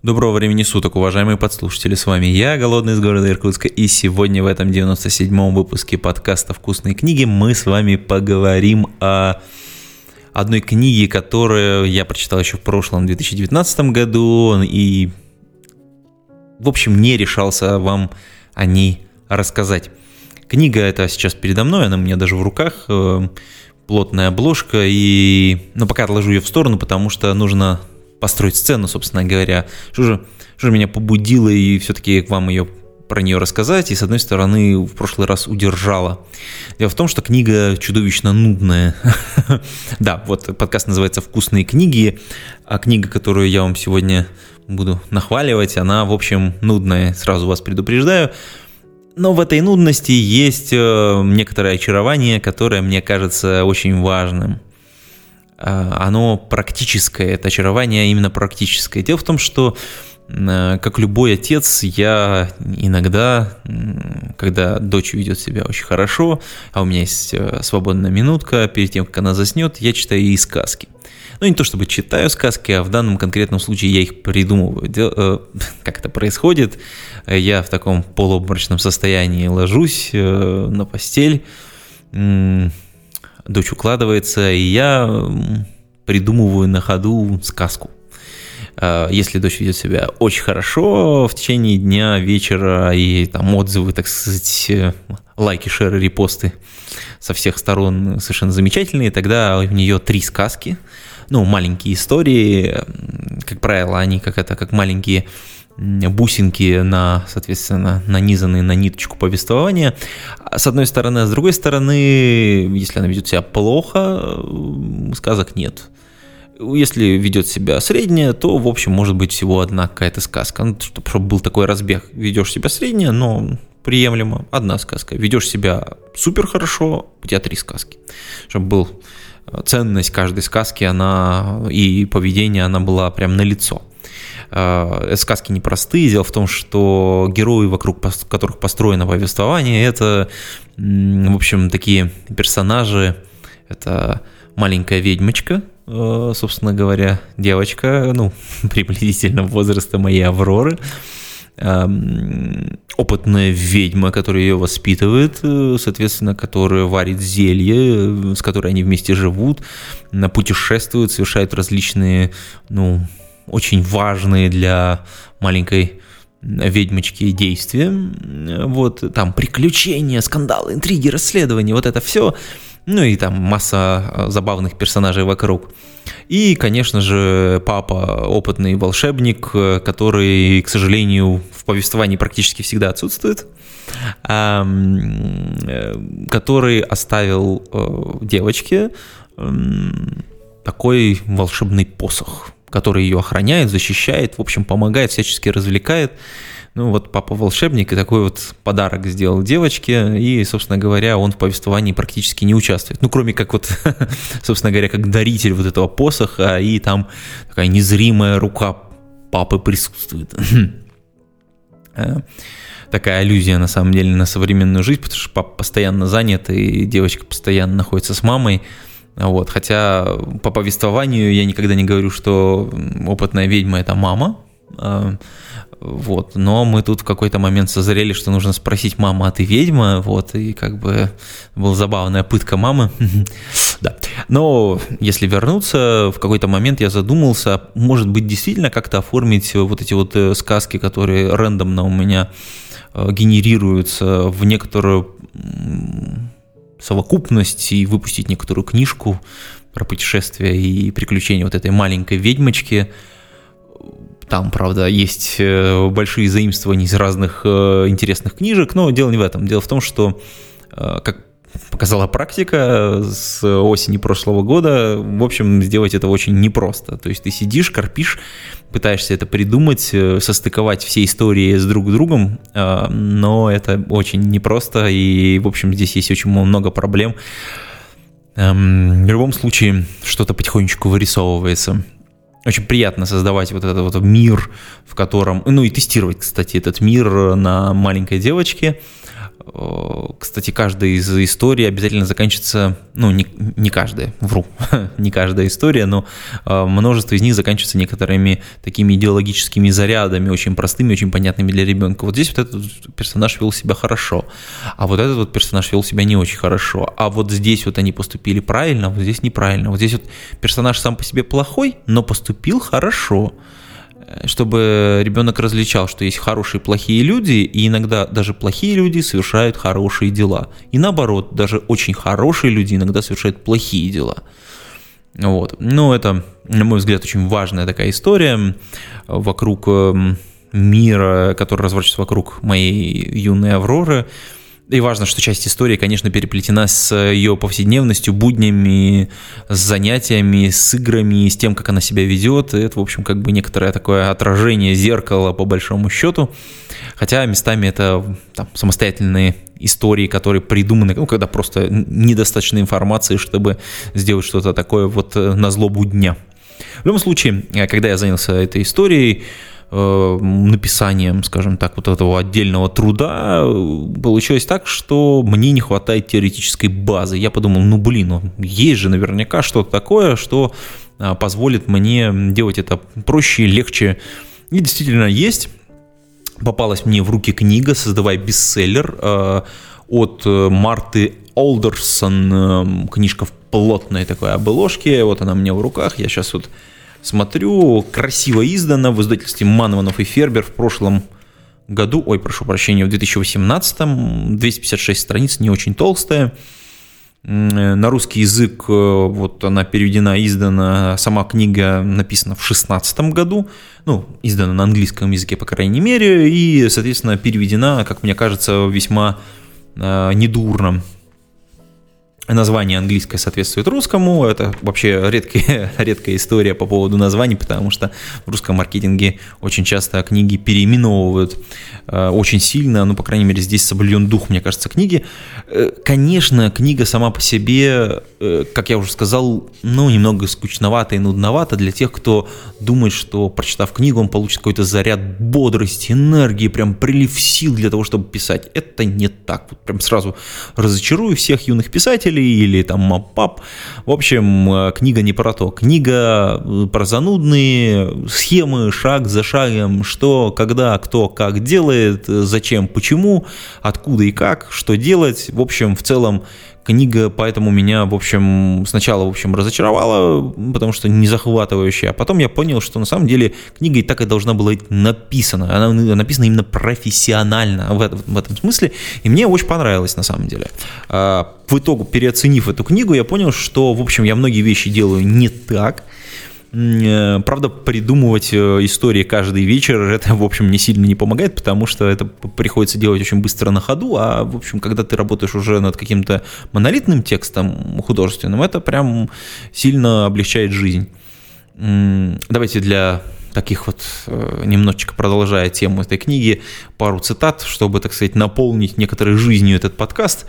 Доброго времени суток, уважаемые подслушатели, с вами я, Голодный из города Иркутска, и сегодня в этом 97-м выпуске подкаста «Вкусные книги» мы с вами поговорим о одной книге, которую я прочитал еще в прошлом 2019 году и, в общем, не решался вам о ней рассказать. Книга эта сейчас передо мной, она у меня даже в руках, плотная обложка, но пока отложу ее в сторону, потому что нужно построить сцену, собственно говоря. Что же меня побудило и все-таки вам про нее рассказать, и с одной стороны в прошлый раз удержала. Дело в том, что книга чудовищно нудная. Да, вот подкаст называется «Вкусные книги», а книга, которую я вам сегодня буду нахваливать, она, в общем, нудная, сразу вас предупреждаю. Но в этой нудности есть некоторое очарование, которое мне кажется очень важным. Оно практическое, это очарование именно практическое. Дело в том, что, как любой отец, я иногда, когда дочь ведет себя очень хорошо, а у меня есть свободная минутка, перед тем, как она заснет, я читаю ей сказки. Ну, не то чтобы читаю сказки, а в данном конкретном случае я их придумываю. Как это происходит? Я в таком полуобморочном состоянии ложусь на постель, дочь укладывается, и я придумываю на ходу сказку. Если дочь ведет себя очень хорошо в течение дня, вечера, и там отзывы, так сказать, лайки, шеры, репосты со всех сторон совершенно замечательные, тогда у нее 3 сказки, маленькие истории, как правило, они как маленькие бусинки, соответственно, нанизанные на ниточку повествования, с одной стороны, а с другой стороны, если она ведет себя плохо, сказок нет. Если ведет себя средняя, то, в общем, может быть всего одна какая-то сказка. Чтобы был такой разбег. Ведешь себя средняя, но приемлемо, одна сказка. Ведешь себя супер хорошо, у тебя 3 сказки. Чтобы был ценность каждой сказки, и поведение, она была прям налицо. Сказки непростые. Дело в том, что герои, вокруг которых построено повествование, это, в общем, такие персонажи. Это маленькая ведьмочка, собственно говоря, девочка, приблизительно возраста моей Авроры, опытная ведьма, которая ее воспитывает, соответственно, которая варит зелье, с которой они вместе живут, путешествуют, совершают различные, очень важные для маленькой ведьмочки действия. Вот, там приключения, скандалы, интриги, расследования, вот это все. И там масса забавных персонажей вокруг. И, конечно же, папа, опытный волшебник, который, к сожалению, в повествовании практически всегда отсутствует, который оставил девочке такой волшебный посох, который ее охраняет, защищает, в общем, помогает, всячески развлекает. Папа волшебник и такой вот подарок сделал девочке, и, собственно говоря, он в повествовании практически не участвует. Кроме как собственно говоря, как даритель вот этого посоха, и там такая незримая рука папы присутствует. Такая аллюзия, на самом деле, на современную жизнь, потому что папа постоянно занят, и девочка постоянно находится с мамой. Хотя по повествованию я никогда не говорю, что опытная ведьма – это мама. Но мы тут в какой-то момент созрели, что нужно спросить: мама, а ты ведьма? И была забавная пытка мамы. Да. Но если вернуться, в какой-то момент я задумался, может быть, действительно как-то оформить вот эти вот сказки, которые рандомно у меня генерируются, в некоторую совокупность и выпустить некоторую книжку про путешествия и приключения вот этой маленькой ведьмочки. Там, правда, есть большие заимствования из разных интересных книжек, но дело не в этом. Дело в том, что, как показала практика с осени прошлого года, в общем, сделать это очень непросто. То есть ты сидишь, корпишь, пытаешься это придумать, состыковать все истории с друг другом, но это очень непросто, и, в общем, здесь есть очень много проблем. В любом случае, что-то потихонечку вырисовывается. Очень приятно создавать вот этот вот мир, в котором... и тестировать, кстати, этот мир на маленькой девочке. Кстати, каждая из историй обязательно заканчивается, ну, не каждая, вру, не каждая история, но множество из них заканчивается некоторыми такими идеологическими зарядами, очень простыми, очень понятными для ребенка. Вот здесь вот этот персонаж вел себя хорошо, а вот этот вот персонаж вел себя не очень хорошо, а вот здесь вот они поступили правильно, а вот здесь неправильно. Вот здесь вот персонаж сам по себе плохой, но поступил хорошо. Чтобы ребенок различал, что есть хорошие и плохие люди, и иногда даже плохие люди совершают хорошие дела. И наоборот, даже очень хорошие люди иногда совершают плохие дела. Вот. Ну, это, на мой взгляд, очень важная такая история вокруг мира, который разворачивается вокруг моей юной Авроры. И важно, что часть истории, конечно, переплетена с ее повседневностью, буднями, с занятиями, с играми, с тем, как она себя ведет. И это, в общем, как бы некоторое такое отражение зеркала по большому счету. Хотя местами это там самостоятельные истории, которые придуманы, ну, когда просто недостаточно информации, чтобы сделать что-то такое вот на злобу дня. В любом случае, когда я занялся этой историей, написанием, скажем так, вот этого отдельного труда, получилось так, что мне не хватает теоретической базы. Я подумал, есть же наверняка что-то такое, что позволит мне делать это проще, легче. И действительно есть. Попалась мне в руки книга «Создавай бестселлер» от Марты Олдерсон. Книжка в плотной такой обложке. Вот она у меня в руках. Я сейчас вот смотрю, красиво издано в издательстве Манованов и Фербер в прошлом году, в 2018-м, 256 страниц, не очень толстая. На русский язык вот она переведена, издана, сама книга написана в 2016 году, ну, издана на английском языке, по крайней мере, и, соответственно, переведена, как мне кажется, весьма недурно. Название английское соответствует русскому. Это вообще редкая история по поводу названий, потому что в русском маркетинге очень часто книги переименовывают очень сильно, ну, по крайней мере, здесь соблюден дух, мне кажется, книги. Конечно, книга сама по себе, как я уже сказал, ну, немного скучновата и нудновата для тех, кто думает, что, прочитав книгу, он получит какой-то заряд бодрости, энергии, прям прилив сил для того, чтобы писать. Это не так. Вот прям сразу разочарую всех юных писателей или там мап-пап. В общем, книга не про то. Книга про занудные схемы, шаг за шагом, что, когда, кто, как делает, зачем, почему, откуда и как, что делать. В общем, в целом, книга поэтому меня, в общем, сначала, в общем, разочаровала, потому что не захватывающая, а потом я понял, что на самом деле книга и так и должна была быть написана. Она написана именно профессионально в этом смысле, и мне очень понравилось на самом деле. В итоге, переоценив эту книгу, я понял, что, в общем, я многие вещи делаю не так. Правда, придумывать истории каждый вечер, это, в общем, мне сильно не помогает, потому что это приходится делать очень быстро на ходу, а, в общем, когда ты работаешь уже над каким-то монолитным текстом художественным, это прям сильно облегчает жизнь. Давайте для таких вот, немножечко продолжая тему этой книги, пару цитат, чтобы, так сказать, наполнить некоторой жизнью этот подкаст.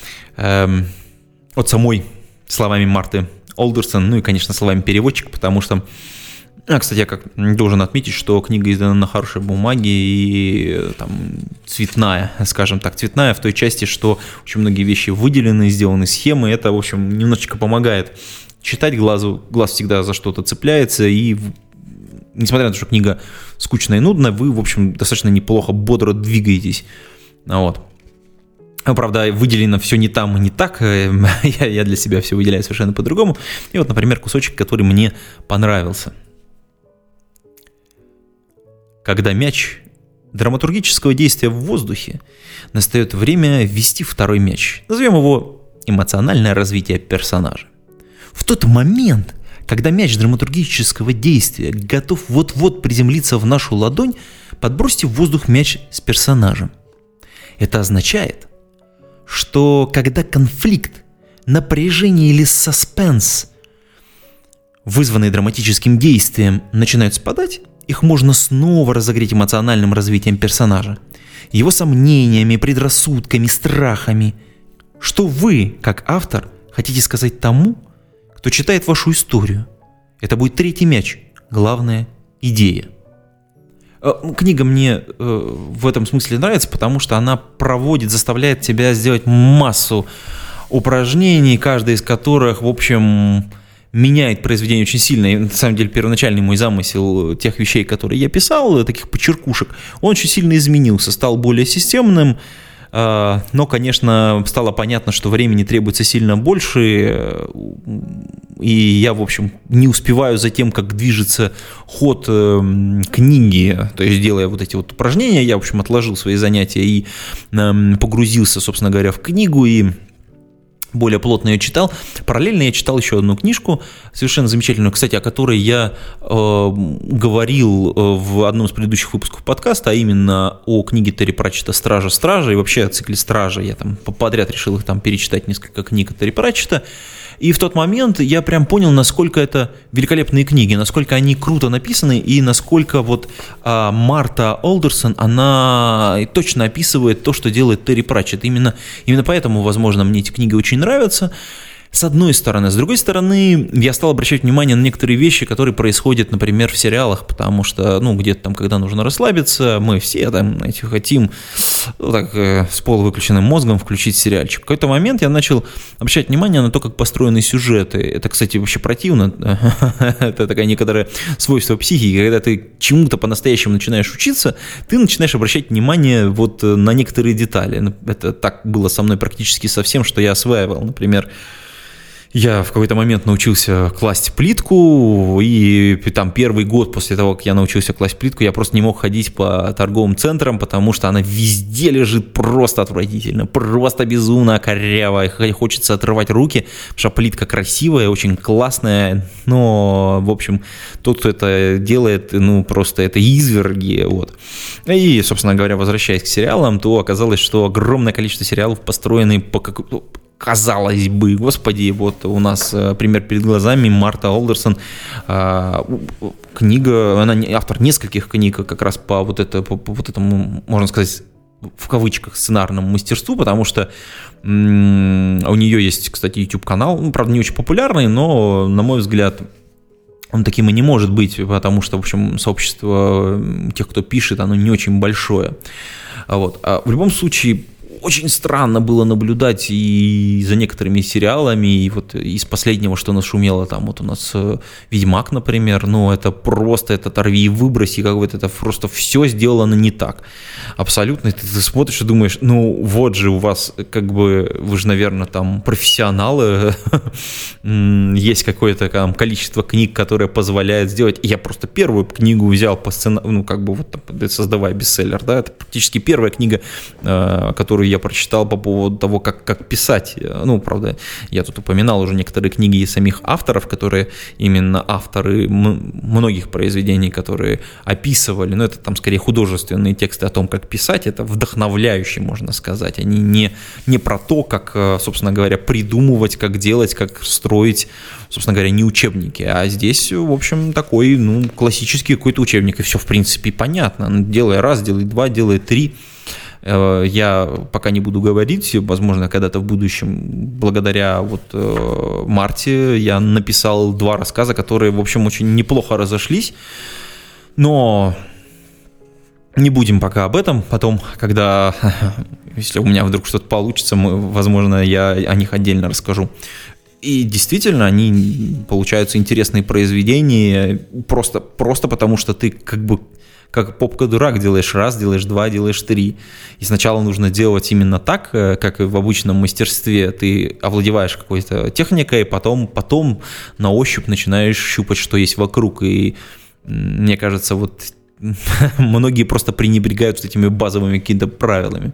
От самой словами Марты Олдерсон, ну и, конечно, словами переводчика, потому что, кстати, я как должен отметить, что книга издана на хорошей бумаге и там цветная, скажем так, цветная в той части, что очень многие вещи выделены, сделаны схемы, это, в общем, немножечко помогает читать, глаз всегда за что-то цепляется, и несмотря на то, что книга скучная и нудная, вы, в общем, достаточно неплохо, бодро двигаетесь, вот. Правда, выделено все не там и не так, я для себя все выделяю совершенно по-другому. И вот, например, кусочек, который мне понравился. Когда мяч драматургического действия в воздухе, настает время ввести второй мяч. Назовем его эмоциональное развитие персонажа. В тот момент, когда мяч драматургического действия готов вот-вот приземлиться в нашу ладонь, подбросьте в воздух мяч с персонажем. Это означает, что когда конфликт, напряжение или саспенс, вызванные драматическим действием, начинают спадать, их можно снова разогреть эмоциональным развитием персонажа, его сомнениями, предрассудками, страхами. Что вы, как автор, хотите сказать тому, кто читает вашу историю? Это будет третий мяч, главная идея. Книга мне в этом смысле нравится, потому что она заставляет тебя сделать массу упражнений, каждое из которых, в общем, меняет произведение очень сильно. И, на самом деле, первоначальный мой замысел тех вещей, которые я писал, таких почеркушек, он очень сильно изменился, стал более системным. Но, конечно, стало понятно, что времени требуется сильно больше, и я, в общем, не успеваю за тем, как движется ход книги, то есть, делая вот эти вот упражнения, я, в общем, отложил свои занятия и погрузился, собственно говоря, в книгу, и более плотно ее читал. Параллельно я читал еще одну книжку, совершенно замечательную, кстати, о которой я говорил в одном из предыдущих выпусков подкаста, а именно о книге Терри Пратчетта «Стража», и вообще о цикле «Стража». Я там подряд решил их там перечитать, несколько книг Терри Пратчетта. И в тот момент я прям понял, насколько это великолепные книги, насколько они круто написаны, и насколько вот Марта Олдерсон, она точно описывает то, что делает Терри Пратчетт. Именно поэтому, возможно, мне эти книги очень нравятся. С одной стороны. С другой стороны, я стал обращать внимание на некоторые вещи, которые происходят, например, в сериалах, потому что, где-то там, когда нужно расслабиться, мы все там, хотим с полувыключенным мозгом включить сериальчик. В какой-то момент я начал обращать внимание на то, как построены сюжеты. Это, кстати, вообще противно. Это такое некоторое свойство психики. Когда ты чему-то по-настоящему начинаешь учиться, ты начинаешь обращать внимание вот на некоторые детали. Это так было со мной практически со всем, что я осваивал. Например, я в какой-то момент научился класть плитку, и там первый год после того, как я научился класть плитку, я просто не мог ходить по торговым центрам, потому что она везде лежит просто отвратительно, просто безумно корявая, хочется отрывать руки, потому что плитка красивая, очень классная, но, в общем, тот, кто это делает, просто это изверги, вот. И, собственно говоря, возвращаясь к сериалам, то оказалось, что огромное количество сериалов построены казалось бы, господи, вот у нас пример перед глазами, Марта Олдерсон, книга, она автор нескольких книг как раз по вот этому, можно сказать, в кавычках, сценарному мастерству, потому что у нее есть, кстати, YouTube-канал, правда, не очень популярный, но, на мой взгляд, он таким и не может быть, потому что, в общем, сообщество тех, кто пишет, оно не очень большое. Вот. В любом случае, очень странно было наблюдать и за некоторыми сериалами, и вот из последнего, что нашумело, там вот у нас «Ведьмак», например, это просто, это «Оторви и выброси», как бы это просто все сделано не так. Абсолютно. Ты смотришь и думаешь, вот же у вас, как бы, вы же, наверное, там профессионалы, есть какое-то там количество книг, которое позволяет сделать. Я просто первую книгу взял по сценарию, создавая бестселлер, да, это практически первая книга, которую я прочитал по поводу того, как писать. Правда, я тут упоминал уже некоторые книги самих авторов, которые именно авторы многих произведений, которые описывали, но это там скорее художественные тексты о том, как писать, это вдохновляющие, можно сказать. Они не про то, как, собственно говоря, придумывать, как делать, как строить, собственно говоря, не учебники, а здесь, в общем, такой, классический какой-то учебник, и все, в принципе, понятно. Делай раз, делай два, делай три. Я пока не буду говорить, возможно, когда-то в будущем, благодаря Марте, я написал 2 рассказа, которые, в общем, очень неплохо разошлись, но не будем пока об этом, потом, когда, если у меня вдруг что-то получится, возможно, я о них отдельно расскажу. И действительно, они получаются интересные произведения, просто потому что ты как попка-дурак, делаешь раз, делаешь два, делаешь 3. И сначала нужно делать именно так, как и в обычном мастерстве. Ты овладеваешь какой-то техникой, потом на ощупь начинаешь щупать, что есть вокруг. И мне кажется, многие просто пренебрегают этими базовыми какими-то правилами.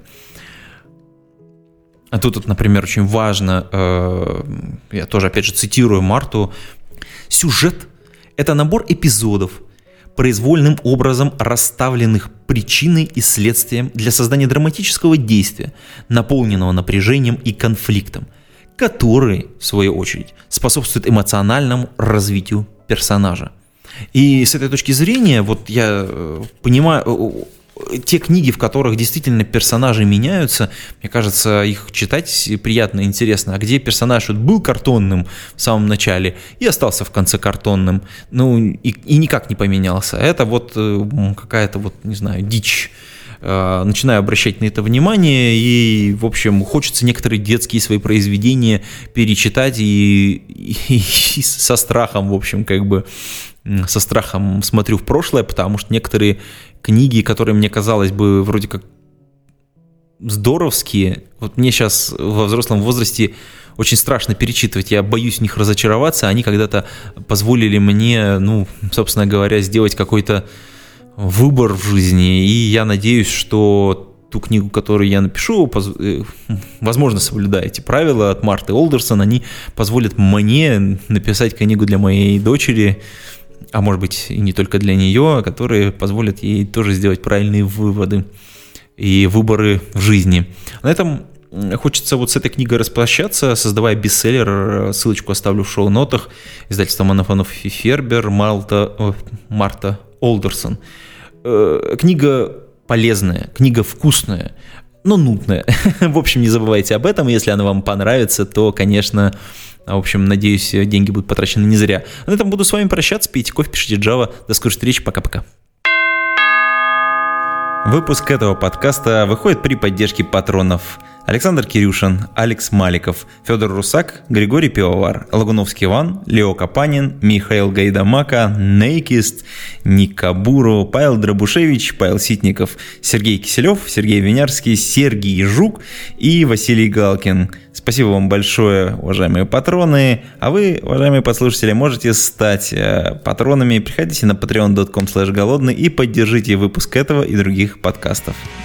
А тут, например, очень важно, я тоже, опять же, цитирую Марту, сюжет – это набор эпизодов, произвольным образом расставленных причиной и следствием для создания драматического действия, наполненного напряжением и конфликтом, которые, в свою очередь, способствуют эмоциональному развитию персонажа. И с этой точки зрения, я понимаю, те книги, в которых действительно персонажи меняются, мне кажется, их читать приятно и интересно. А где персонаж вот был картонным в самом начале и остался в конце картонным, ну и никак не поменялся. Это вот какая-то вот, не знаю, дичь. Начинаю обращать на это внимание, и, в общем, хочется некоторые детские свои произведения перечитать и со страхом, в общем, как бы со страхом смотрю в прошлое, потому что некоторые книги, которые мне казалось бы вроде как здоровские, вот мне сейчас во взрослом возрасте очень страшно перечитывать, я боюсь в них разочароваться, они когда-то позволили мне, ну, собственно говоря, сделать какой-то выбор в жизни, и я надеюсь, что ту книгу, которую я напишу, возможно, соблюдая эти правила от Марты Олдерсон, они позволят мне написать книгу для моей дочери, а может быть и не только для нее, которые позволят ей тоже сделать правильные выводы и выборы в жизни. На этом хочется вот с этой книгой распрощаться, создавая бестселлер, ссылочку оставлю в шоу-нотах, издательство Манофонов и Фербер, Марта Олдерсон. Книга полезная, книга вкусная, но нудная. В общем, не забывайте об этом. Если она вам понравится, то, конечно, в общем, надеюсь, деньги будут потрачены не зря. На этом буду с вами прощаться. Пейте кофе, пишите Java. До скорой встречи. Пока-пока. Выпуск этого подкаста выходит при поддержке патронов: Александр Кирюшин, Алекс Маликов, Федор Русак, Григорий Пивовар, Лагуновский Иван, Лео Капанин, Михаил Гайдамака, Нейкист, Ник Кабуру, Павел Дробушевич, Павел Ситников, Сергей Киселев, Сергей Винярский, Сергей Жук и Василий Галкин. Спасибо вам большое, уважаемые патроны. А вы, уважаемые послушатели, можете стать патронами. Приходите на patreon.com/голодный и поддержите выпуск этого и других подкастов.